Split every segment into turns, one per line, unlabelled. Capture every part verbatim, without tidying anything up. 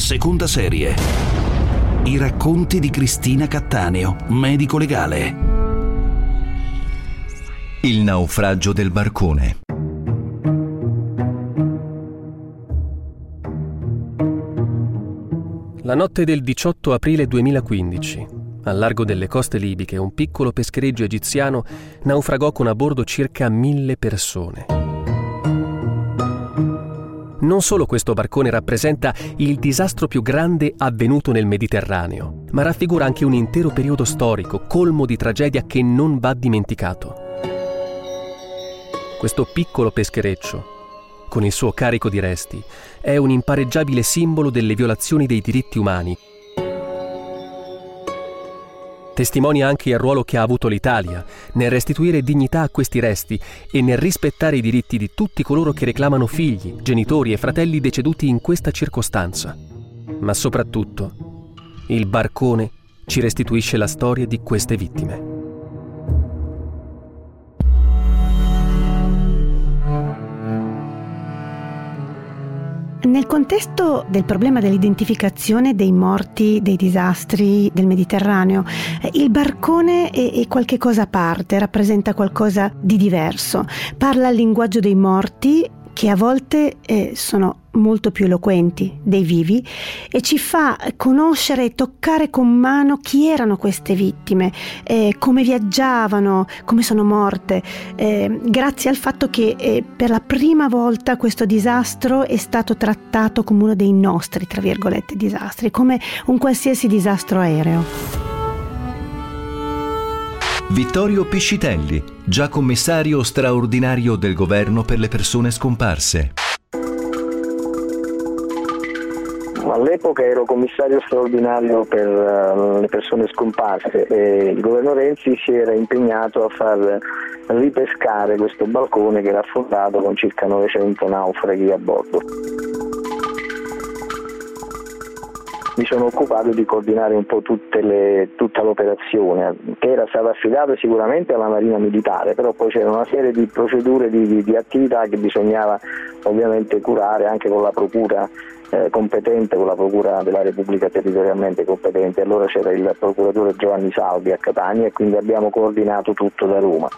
seconda serie. I racconti di Cristina Cattaneo, medico legale.
Il naufragio del barcone.
La notte del diciotto aprile duemilaquindici, al largo delle coste libiche, un piccolo peschereccio egiziano naufragò con a bordo circa mille persone. Non solo questo barcone rappresenta il disastro più grande avvenuto nel Mediterraneo, ma raffigura anche un intero periodo storico colmo di tragedia che non va dimenticato. Questo piccolo peschereccio, con il suo carico di resti, è un impareggiabile simbolo delle violazioni dei diritti umani. Testimonia anche il ruolo che ha avuto l'Italia nel restituire dignità a questi resti e nel rispettare i diritti di tutti coloro che reclamano figli, genitori e fratelli deceduti in questa circostanza. Ma soprattutto, il barcone ci restituisce la storia di queste vittime.
Nel contesto del problema dell'identificazione dei morti dei disastri del Mediterraneo, il barcone è, è qualche cosa a parte, rappresenta qualcosa di diverso. Parla il linguaggio dei morti, che a volte eh, sono molto più eloquenti dei vivi, e ci fa conoscere e toccare con mano chi erano queste vittime, eh, come viaggiavano, come sono morte, eh, grazie al fatto che eh, per la prima volta questo disastro è stato trattato come uno dei nostri, tra virgolette, disastri, come un qualsiasi disastro aereo.
Vittorio Piscitelli, già commissario straordinario del governo per le persone scomparse.
All'epoca ero commissario straordinario per uh, le persone scomparse e il governo Renzi si era impegnato a far ripescare questo balcone che era affondato con circa novecento naufraghi a bordo. Mi sono occupato di coordinare un po' tutte le, tutta l'operazione, che era stata affidata sicuramente alla Marina Militare, però poi c'era una serie di procedure, di, di, di attività che bisognava ovviamente curare anche con la procura eh, competente, con la procura della Repubblica territorialmente competente. Allora c'era il procuratore Giovanni Salvi a Catania e quindi abbiamo coordinato tutto da Roma.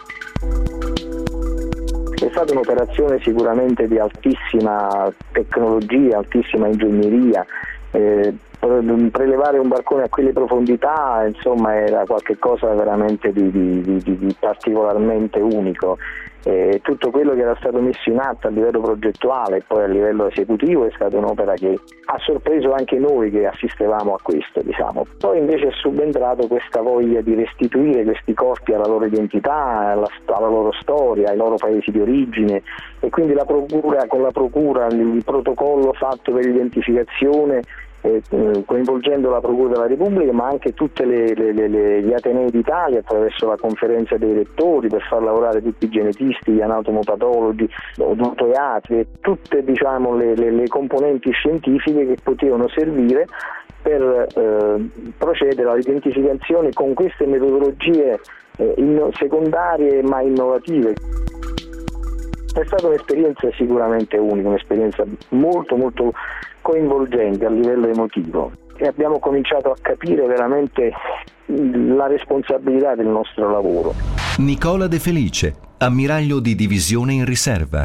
È stata un'operazione sicuramente di altissima tecnologia, altissima ingegneria. Eh, prelevare un barcone a quelle profondità, insomma, era qualcosa veramente di, di, di, di particolarmente unico. E tutto quello che era stato messo in atto a livello progettuale e poi a livello esecutivo è stata un'opera che ha sorpreso anche noi che assistevamo a questo, diciamo. Poi invece è subentrato questa voglia di restituire questi corpi alla loro identità, alla, alla loro storia, ai loro paesi di origine, e quindi la procura, con la procura, il protocollo fatto per l'identificazione, Eh, coinvolgendo la Procura della Repubblica ma anche tutti gli Atenei d'Italia attraverso la conferenza dei rettori per far lavorare tutti i genetisti, gli anatomopatologi, odontoiatri, tutte diciamo, le, le, le componenti scientifiche che potevano servire per eh, procedere all'identificazione con queste metodologie eh, in, secondarie ma innovative. È stata un'esperienza sicuramente unica, un'esperienza molto molto coinvolgente a livello emotivo, e abbiamo cominciato a capire veramente la responsabilità del nostro lavoro.
Nicola De Felice, ammiraglio di divisione in riserva.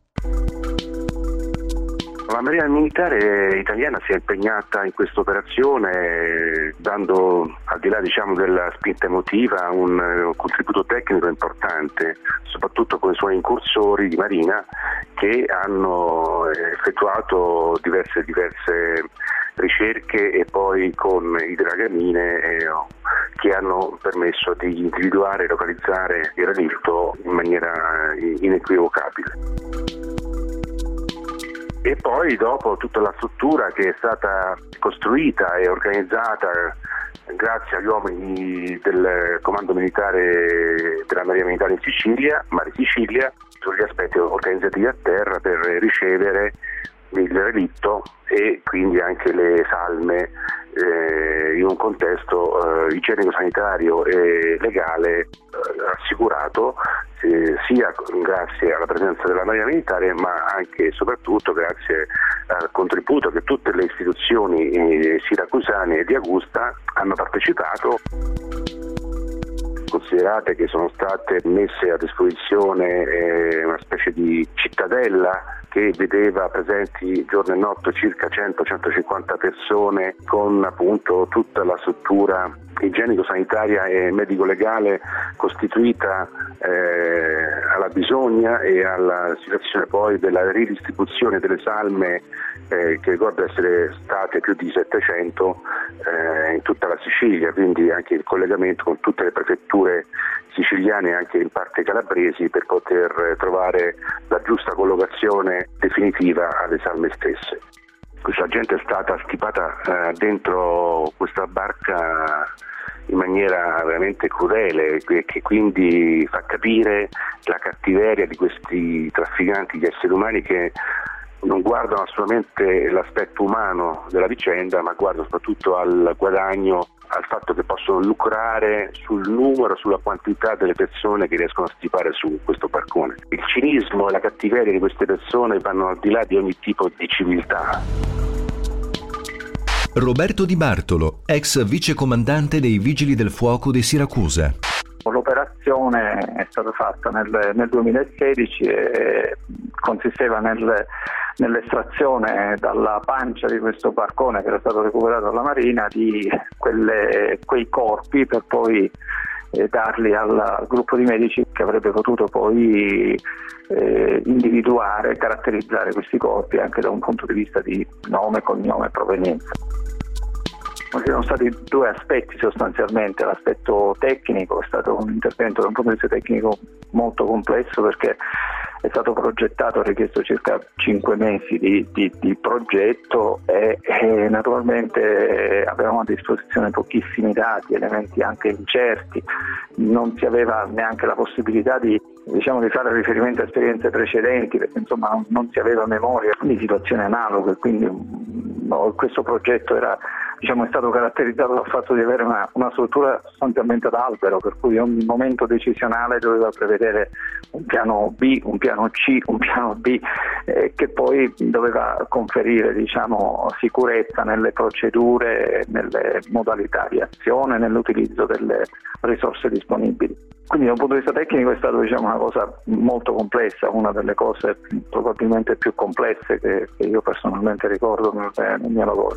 La Marina Militare italiana si è impegnata in questa operazione dando, al di là diciamo, della spinta emotiva, un, un contributo tecnico importante, soprattutto con i suoi incursori di Marina che hanno effettuato diverse, diverse ricerche e poi con i dragamine eh, che hanno permesso di individuare e localizzare il relitto in maniera inequivocabile. E poi dopo tutta la struttura che è stata costruita e organizzata grazie agli uomini del Comando Militare della Marina Militare in Sicilia, Mare Sicilia, sugli aspetti organizzativi a terra per ricevere il relitto e quindi anche le salme eh, in un contesto eh, igienico-sanitario e legale eh, assicurato eh, sia grazie alla presenza della Marina Militare ma anche e soprattutto grazie al contributo che tutte le istituzioni eh, siracusane e di Augusta hanno partecipato. Considerate che sono state messe a disposizione eh, una specie di cittadella che vedeva presenti giorno e notte circa cento centocinquanta persone, con appunto tutta la struttura igienico-sanitaria e medico-legale costituita eh, alla bisogna e alla situazione poi della ridistribuzione delle salme, eh, che ricordo essere state più di settecento eh, in tutta la Sicilia, quindi anche il collegamento con tutte le prefetture siciliane e anche in parte calabresi per poter trovare la giusta collocazione definitiva alle salme stesse. Questa gente è stata stipata eh, dentro questa barca in maniera veramente crudele, che quindi fa capire la cattiveria di questi trafficanti di esseri umani, che non guardano assolutamente l'aspetto umano della vicenda, ma guardano soprattutto al guadagno, al fatto che possono lucrare sul numero, sulla quantità delle persone che riescono a stipare su questo barcone. Il cinismo e la cattiveria di queste persone vanno al di là di ogni tipo di civiltà.
Roberto Di Bartolo, ex vicecomandante dei Vigili del Fuoco di Siracusa.
L'operazione è stata fatta nel, nel duemilasedici e consisteva nel, nell'estrazione dalla pancia di questo barcone, che era stato recuperato dalla Marina, di quelle, quei corpi per poi eh, darli al, al gruppo di medici che avrebbe potuto poi eh, individuare e caratterizzare questi corpi anche da un punto di vista di nome, cognome e provenienza. Ci sono stati due aspetti sostanzialmente. L'aspetto tecnico è stato un intervento da un punto di vista tecnico molto complesso, perché è stato progettato, ha richiesto circa cinque mesi di, di, di progetto e, e naturalmente avevamo a disposizione pochissimi dati, elementi anche incerti, non si aveva neanche la possibilità di, diciamo, di fare riferimento a esperienze precedenti, perché insomma non, non si aveva memoria di situazioni analoghe, quindi no, questo progetto era, diciamo, è stato caratterizzato dal fatto di avere una, una struttura sostanzialmente ad albero, per cui ogni momento decisionale doveva prevedere un piano B, un piano C, un piano D, eh, che poi doveva conferire, diciamo, sicurezza nelle procedure, nelle modalità di azione, nell'utilizzo delle risorse disponibili. Quindi da un punto di vista tecnico è stata, diciamo, una cosa molto complessa, una delle cose probabilmente più complesse che, che io personalmente ricordo nel, nel mio lavoro.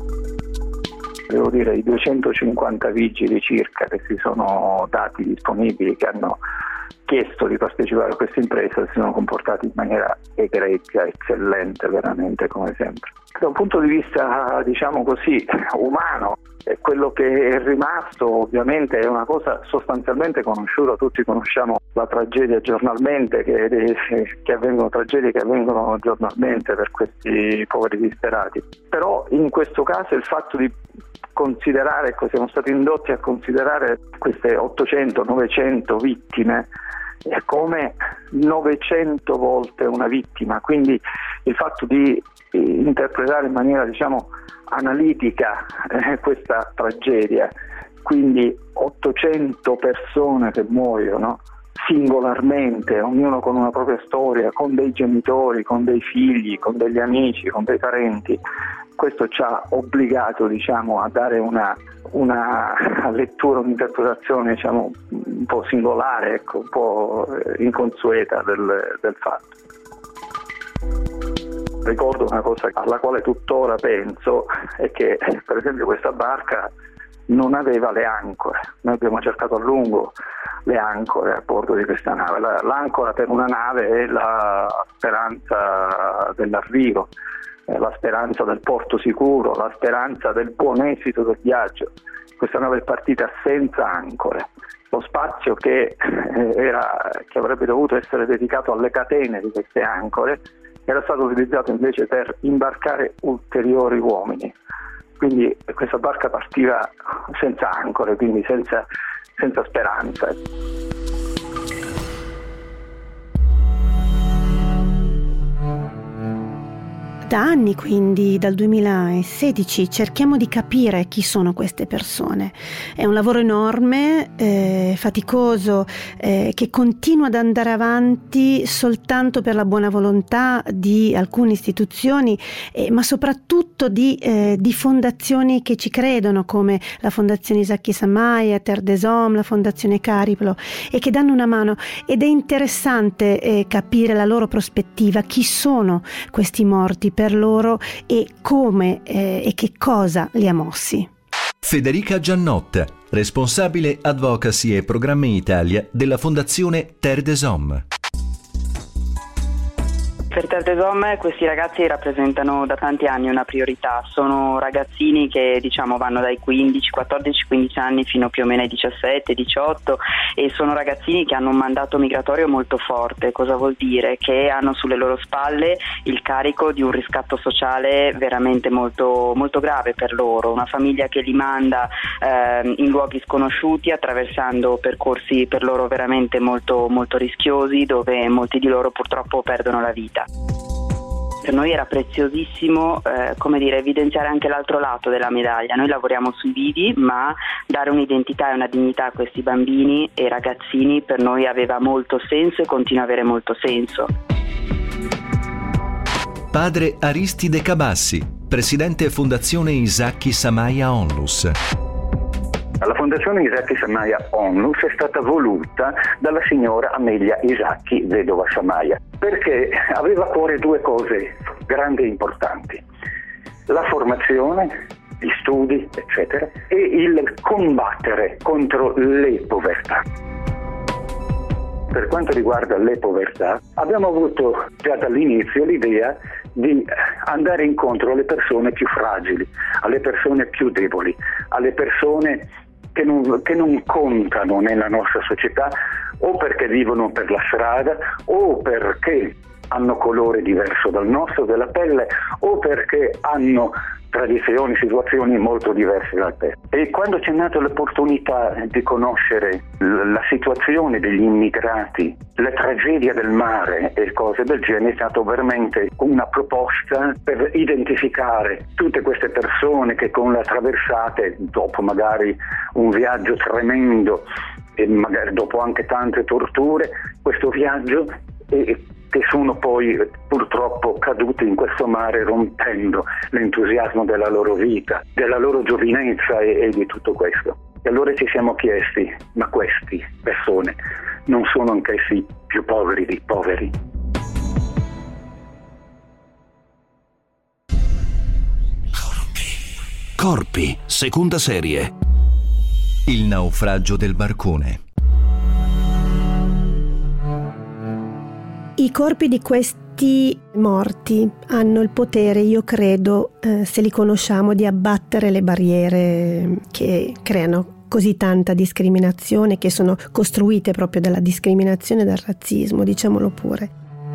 Devo dire, i duecentocinquanta vigili circa che si sono dati disponibili, che hanno chiesto di partecipare a questa impresa, si sono comportati in maniera egregia, eccellente, veramente, come sempre. Da un punto di vista, diciamo così, umano, quello che è rimasto ovviamente è una cosa sostanzialmente conosciuta, tutti conosciamo la tragedia giornalmente, che, che avvengono tragedie che avvengono giornalmente per questi poveri disperati. Però in questo caso il fatto di considerare, ecco, siamo stati indotti a considerare queste ottocento novecento vittime come novecento volte una vittima, quindi il fatto di interpretare in maniera, diciamo, analitica eh, questa tragedia, quindi ottocento persone che muoiono singolarmente, ognuno con una propria storia, con dei genitori, con dei figli, con degli amici, con dei parenti. Questo ci ha obbligato, diciamo, a dare una, una lettura, un'interpretazione, diciamo, un po' singolare, ecco, un po' inconsueta del, del fatto. Ricordo una cosa alla quale tuttora penso, è che per esempio questa barca non aveva le ancore. Noi abbiamo cercato a lungo le ancore a bordo di questa nave. La, l'ancora per una nave è la speranza dell'arrivo, la speranza del porto sicuro, la speranza del buon esito del viaggio. Questa nave è partita senza ancore. Lo spazio che, eh, era, che avrebbe dovuto essere dedicato alle catene di queste ancore era stato utilizzato invece per imbarcare ulteriori uomini. Quindi questa barca partiva senza ancore, quindi senza, senza speranza.
Da anni, quindi dal duemilasedici, cerchiamo di capire chi sono queste persone. È un lavoro enorme, eh, faticoso, eh, che continua ad andare avanti soltanto per la buona volontà di alcune istituzioni, eh, ma soprattutto di, eh, di fondazioni che ci credono, come la Fondazione Isacchi Samaia, Terre des Hommes, la Fondazione Cariplo, e che danno una mano. Ed è interessante eh, capire la loro prospettiva, chi sono questi morti per loro e come eh, e che cosa li ha mossi.
Federica Giannotta, responsabile Advocacy e Programmi Italia della Fondazione Terre des Hommes.
Per Terre des Hommes questi ragazzi rappresentano da tanti anni una priorità. Sono ragazzini che diciamo vanno dai quindici, quattordici, quindici anni fino più o meno ai diciassette, diciotto, e sono ragazzini che hanno un mandato migratorio molto forte. Cosa vuol dire? Che hanno sulle loro spalle il carico di un riscatto sociale veramente molto, molto grave per loro. Una famiglia che li manda eh, in luoghi sconosciuti, attraversando percorsi per loro veramente molto, molto rischiosi, dove molti di loro purtroppo perdono la vita. Per noi era preziosissimo eh, come dire, evidenziare anche l'altro lato della medaglia. Noi lavoriamo sui vivi, ma dare un'identità e una dignità a questi bambini e ragazzini per noi aveva molto senso e continua a avere molto senso.
Padre Aristide Cabassi, presidente Fondazione Isacchi Samaia Onlus.
La Fondazione Isacchi Samaia Onlus è stata voluta dalla signora Amelia Isacchi, vedova Samaia, perché aveva a cuore due cose grandi e importanti: la formazione, gli studi, eccetera, e il combattere contro le povertà. Per quanto riguarda le povertà, abbiamo avuto già dall'inizio l'idea di andare incontro alle persone più fragili, alle persone più deboli, alle persone che non, che non contano nella nostra società, o perché vivono per la strada, o perché hanno colore diverso dal nostro della pelle, o perché hanno tradizioni, situazioni molto diverse da te. E quando c'è nata l'opportunità di conoscere la situazione degli immigrati, la tragedia del mare e cose del genere, è stata veramente una proposta per identificare tutte queste persone che con la traversate, dopo magari un viaggio tremendo e magari dopo anche tante torture, questo viaggio e che sono poi purtroppo caduti in questo mare, rompendo l'entusiasmo della loro vita, della loro giovinezza e, e di tutto questo. E allora ci siamo chiesti, ma queste persone non sono anch'essi più poveri dei poveri?
Corpi, seconda serie.
Il naufragio del barcone.
I corpi di questi morti hanno il potere, io credo, eh, se li conosciamo, di abbattere le barriere che creano così tanta discriminazione, che sono costruite proprio dalla discriminazione e dal razzismo, diciamolo pure.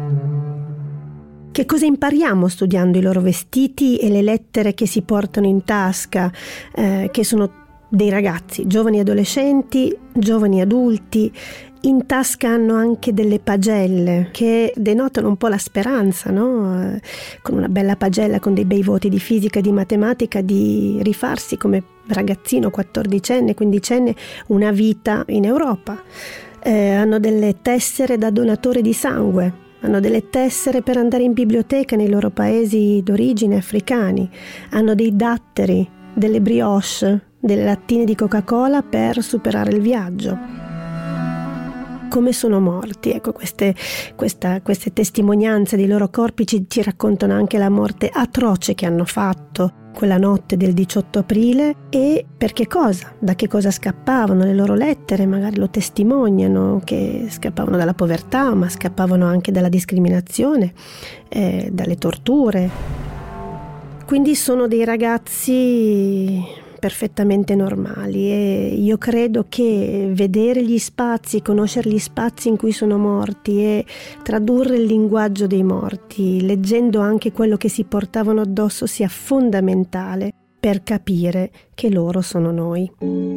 Che cosa impariamo studiando i loro vestiti e le lettere che si portano in tasca, eh, che sono dei ragazzi, giovani adolescenti, giovani adulti? In tasca hanno anche delle pagelle che denotano un po' la speranza, no? Con una bella pagella, con dei bei voti di fisica e di matematica, di rifarsi come ragazzino quattordicenne, quindicenne una vita in Europa. Eh, hanno delle tessere da donatore di sangue, hanno delle tessere per andare in biblioteca nei loro paesi d'origine africani, hanno dei datteri, delle brioche, delle lattine di Coca-Cola per superare il viaggio. Come sono morti? Ecco, queste, questa, queste testimonianze dei loro corpi ci, ci raccontano anche la morte atroce che hanno fatto quella notte del diciotto aprile e per che cosa, da che cosa scappavano. Le loro lettere magari lo testimoniano, che scappavano dalla povertà, ma scappavano anche dalla discriminazione, eh, dalle torture. Quindi sono dei ragazzi perfettamente normali e io credo che vedere gli spazi, conoscere gli spazi in cui sono morti e tradurre il linguaggio dei morti, leggendo anche quello che si portavano addosso, sia fondamentale per capire che loro sono noi.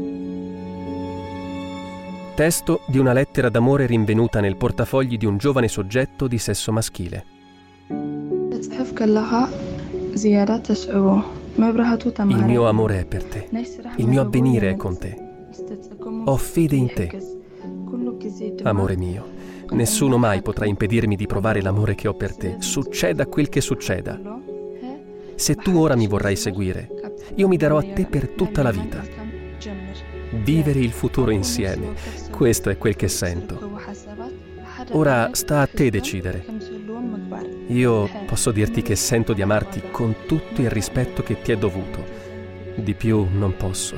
Testo di una lettera d'amore rinvenuta nel portafogli di un giovane soggetto di sesso maschile. Il mio amore è per te, il mio avvenire è con te. Ho fede in te. Amore mio, nessuno mai potrà impedirmi di provare l'amore che ho per te, succeda quel che succeda. Se tu ora mi vorrai seguire, io mi darò a te per tutta la vita. Vivere il futuro insieme, questo è quel che sento. Ora sta a te decidere. Io posso dirti che sento di amarti con tutto il rispetto che ti è dovuto. Di più non posso.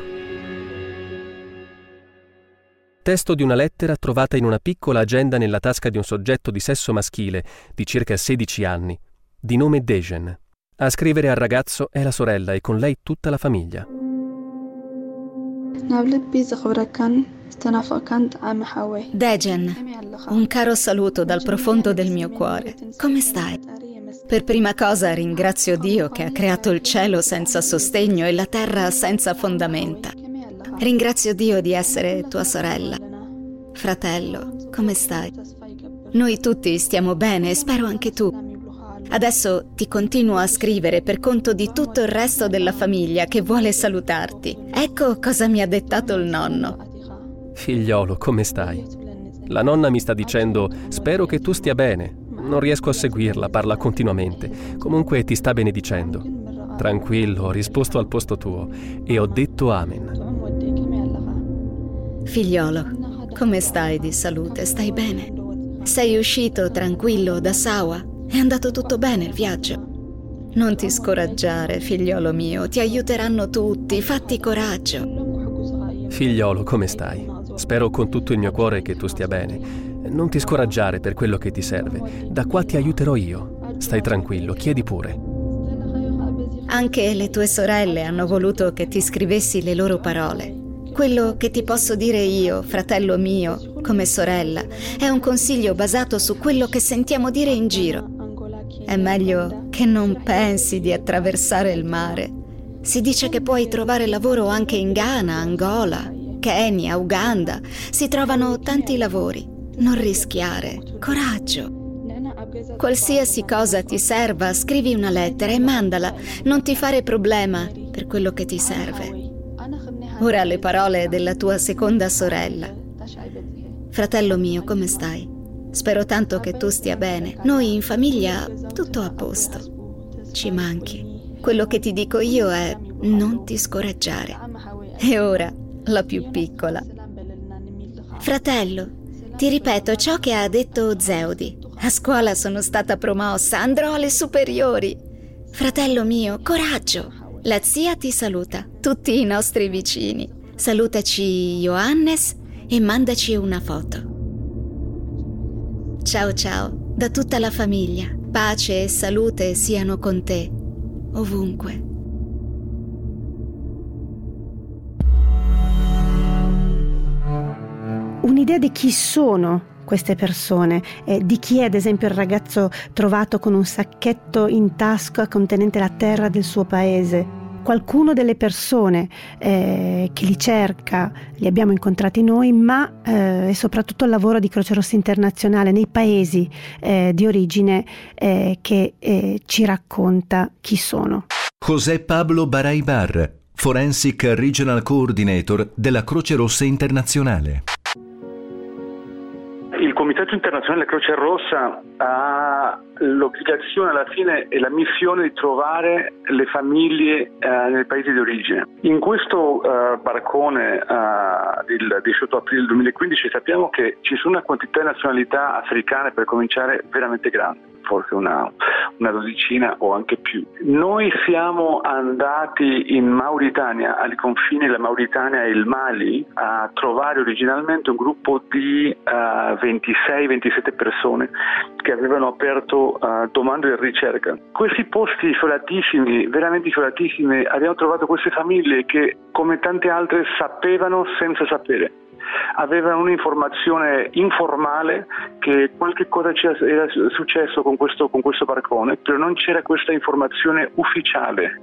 Testo di una lettera trovata in una piccola agenda nella tasca di un soggetto di sesso maschile di circa sedici anni, di nome Dejen. A scrivere al ragazzo è la sorella e con lei tutta la famiglia.
Dejen, un caro saluto dal profondo del mio cuore. Come stai? Per prima cosa ringrazio Dio che ha creato il cielo senza sostegno e la terra senza fondamenta. Ringrazio Dio di essere tua sorella. Fratello, come stai? Noi tutti stiamo bene e spero anche tu. Adesso ti continuo a scrivere per conto di tutto il resto della famiglia che vuole salutarti. Ecco cosa mi ha dettato il nonno.
Figliolo, come stai? La nonna mi sta dicendo, spero che tu stia bene. Non riesco a seguirla, parla continuamente. Comunque ti sta benedicendo. Tranquillo, ho risposto al posto tuo e ho detto amen.
Figliolo, come stai di salute? Stai bene? Sei uscito tranquillo da Sawa? È andato tutto bene il viaggio? Non ti scoraggiare, figliolo mio, ti aiuteranno tutti, fatti coraggio.
Figliolo, come stai? Spero con tutto il mio cuore che tu stia bene. Non ti scoraggiare per quello che ti serve. Da qua ti aiuterò io. Stai tranquillo, chiedi pure.
Anche le tue sorelle hanno voluto che ti scrivessi le loro parole. Quello che ti posso dire io, fratello mio, come sorella, è un consiglio basato su quello che sentiamo dire in giro. È meglio che non pensi di attraversare il mare. Si dice che puoi trovare lavoro anche in Ghana, Angola, Kenya, Uganda. Si trovano tanti lavori. Non rischiare. Coraggio. Qualsiasi cosa ti serva, scrivi una lettera e mandala. Non ti fare problema per quello che ti serve. Ora le parole della tua seconda sorella. Fratello mio, come stai? Spero tanto che tu stia bene. Noi in famiglia tutto a posto. Ci manchi. Quello che ti dico io è non ti scoraggiare. E ora la più piccola. Fratello, ti ripeto ciò che ha detto Zeudi. A scuola sono stata promossa, andrò alle superiori. Fratello mio, coraggio. La zia ti saluta, tutti i nostri vicini. Salutaci Johannes e mandaci una foto. Ciao ciao, da tutta la famiglia. Pace e salute siano con te, ovunque.
Un'idea di chi sono queste persone, eh, di chi è ad esempio il ragazzo trovato con un sacchetto in tasca contenente la terra del suo paese. Qualcuno delle persone eh, che li cerca li abbiamo incontrati noi, ma eh, è soprattutto il lavoro di Croce Rossa Internazionale nei paesi eh, di origine eh, che eh, ci racconta chi sono.
José Pablo Baraybar, Forensic Regional Coordinator della Croce Rossa Internazionale.
Il Comitato Internazionale Croce Rossa ha l'obbligazione alla fine e la missione di trovare le famiglie eh, nei paesi di origine. In questo eh, barcone eh, del diciotto aprile duemilaquindici sappiamo che ci sono una quantità di nazionalità africane, per cominciare, veramente grande, forse una, una dodicina o anche più. Noi siamo andati in Mauritania, ai confini della Mauritania e il Mali, a trovare originalmente un gruppo di uh, ventisei ventisette persone che avevano aperto uh, domande di ricerca. Questi posti isolatissimi, veramente isolatissimi, abbiamo trovato queste famiglie che, come tante altre, sapevano senza sapere. Avevano un'informazione informale che qualche cosa era successo con questo, con questo barcone, però non c'era questa informazione ufficiale di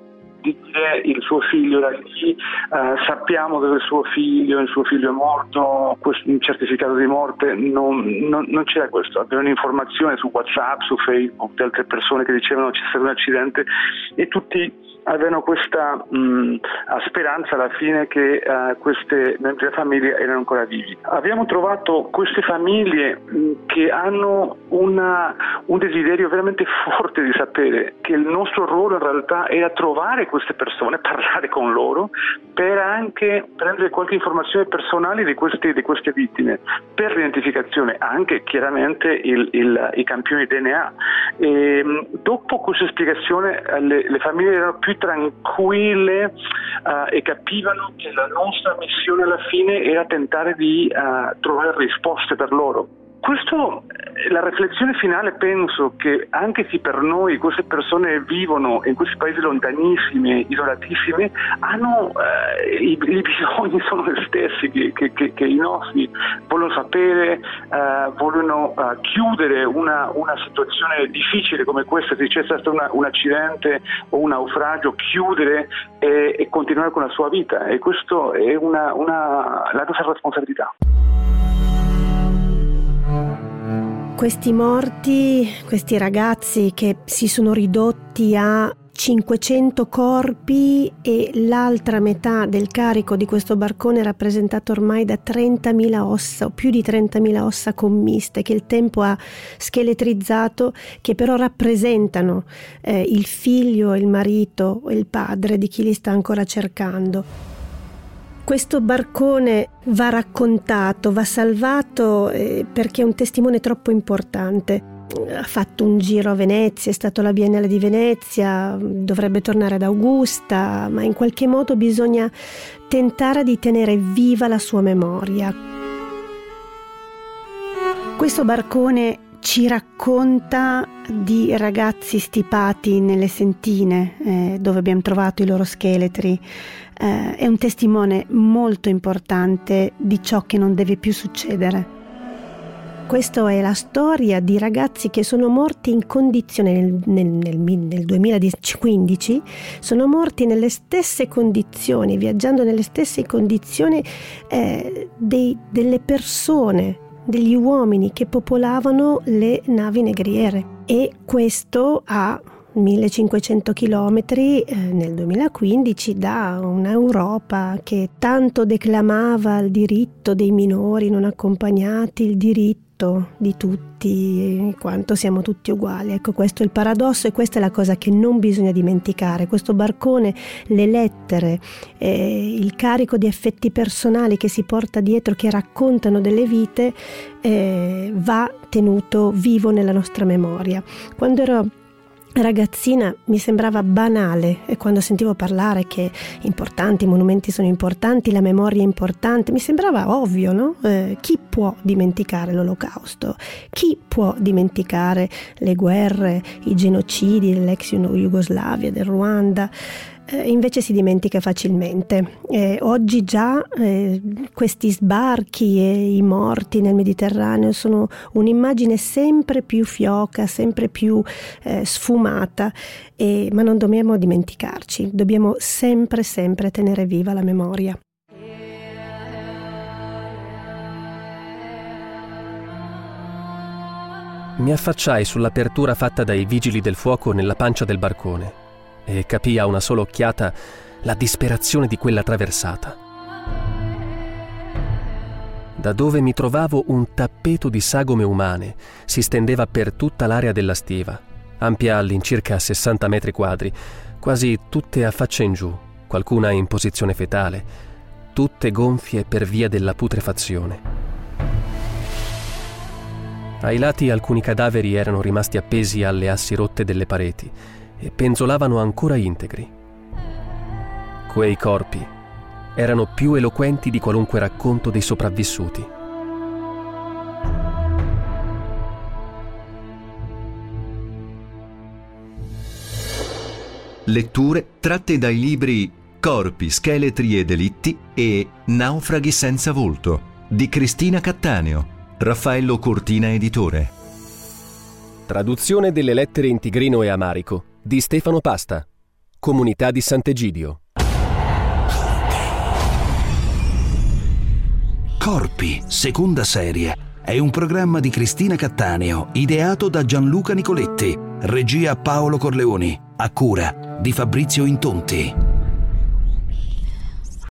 di dire il suo figlio era lì, uh, sappiamo dove il suo figlio, il suo figlio è morto, questo, un certificato di morte, non, non, non c'era questo. Avevano un'informazione su WhatsApp, su Facebook, di altre persone che dicevano c'è stato un accidente, e tutti avevano questa mh, speranza alla fine che uh, queste membri della famiglia erano ancora vivi. Abbiamo trovato queste famiglie mh, che hanno una, un desiderio veramente forte di sapere che il nostro ruolo in realtà era trovare queste persone, parlare con loro, per anche prendere qualche informazione personale di queste, di queste vittime, per l'identificazione, anche chiaramente il, il, i campioni D N A. E, mh, dopo questa spiegazione le, le famiglie erano più tranquille uh, e capivano che la nostra missione alla fine era tentare di uh, trovare risposte per loro. Questo, la riflessione finale, penso che anche se per noi queste persone vivono in questi paesi lontanissimi, isolatissimi, hanno eh, i, i bisogni sono gli stessi che, che, che, che i nostri, vogliono sapere, eh, vogliono eh, chiudere una, una situazione difficile come questa, se c'è stato una, un accidente o un naufragio, chiudere e, e continuare con la sua vita, e questo è una, una, la nostra responsabilità.
Questi morti, questi ragazzi che si sono ridotti a cinquecento corpi, e l'altra metà del carico di questo barcone è rappresentato ormai da trentamila ossa, o più di trentamila ossa commiste, che il tempo ha scheletrizzato, che però rappresentano eh, il figlio, il marito, il padre di chi li sta ancora cercando. Questo barcone va raccontato, va salvato eh, perché è un testimone troppo importante. Ha fatto un giro a Venezia, è stato alla Biennale di Venezia, dovrebbe tornare ad Augusta, ma in qualche modo bisogna tentare di tenere viva la sua memoria. Questo barcone ci racconta di ragazzi stipati nelle sentine eh, dove abbiamo trovato i loro scheletri. Eh, è un testimone molto importante di ciò che non deve più succedere. Questa è la storia di ragazzi che sono morti in condizioni nel, nel, nel, nel duemilaquindici, sono morti nelle stesse condizioni, viaggiando nelle stesse condizioni eh, dei, delle persone, degli uomini che popolavano le navi negriere, e questo a millecinquecento chilometri eh, nel duemilaquindici da un'Europa che tanto declamava il diritto dei minori non accompagnati, il diritto di tutti, quanto siamo tutti uguali. Ecco, questo è il paradosso, e questa è la cosa che non bisogna dimenticare. Questo barcone, le lettere, eh, il carico di affetti personali che si porta dietro, che raccontano delle vite, eh, va tenuto vivo nella nostra memoria. Quando ero ragazzina mi sembrava banale, e quando sentivo parlare che importanti, i monumenti sono importanti, la memoria è importante, mi sembrava ovvio, no? Eh, chi può dimenticare l'Olocausto? Chi può dimenticare le guerre, i genocidi dell'ex Jugoslavia, del Ruanda? Eh, invece si dimentica facilmente. Eh, oggi già eh, questi sbarchi e i morti nel Mediterraneo sono un'immagine sempre più fioca, sempre più eh, sfumata, eh, ma non dobbiamo dimenticarci, dobbiamo sempre sempre tenere viva la memoria.
Mi affacciai sull'apertura fatta dai vigili del fuoco nella pancia del barcone e capii a una sola occhiata la disperazione di quella traversata. Da dove mi trovavo un tappeto di sagome umane si stendeva per tutta l'area della stiva, ampia all'incirca sessanta metri quadri, quasi tutte a faccia in giù, qualcuna in posizione fetale, tutte gonfie per via della putrefazione. Ai lati alcuni cadaveri erano rimasti appesi alle assi rotte delle pareti e penzolavano ancora integri. Quei corpi erano più eloquenti di qualunque racconto dei sopravvissuti.
Letture tratte dai libri Corpi, scheletri e delitti e Naufraghi senza volto di Cristina Cattaneo, Raffaello Cortina editore.
Traduzione delle lettere in tigrino e amarico di Stefano Pasta. Comunità di Sant'Egidio.
Corpi, seconda serie, è un programma di Cristina Cattaneo, ideato da Gianluca Nicoletti, regia Paolo Corleoni, a cura di Fabrizio Intonti.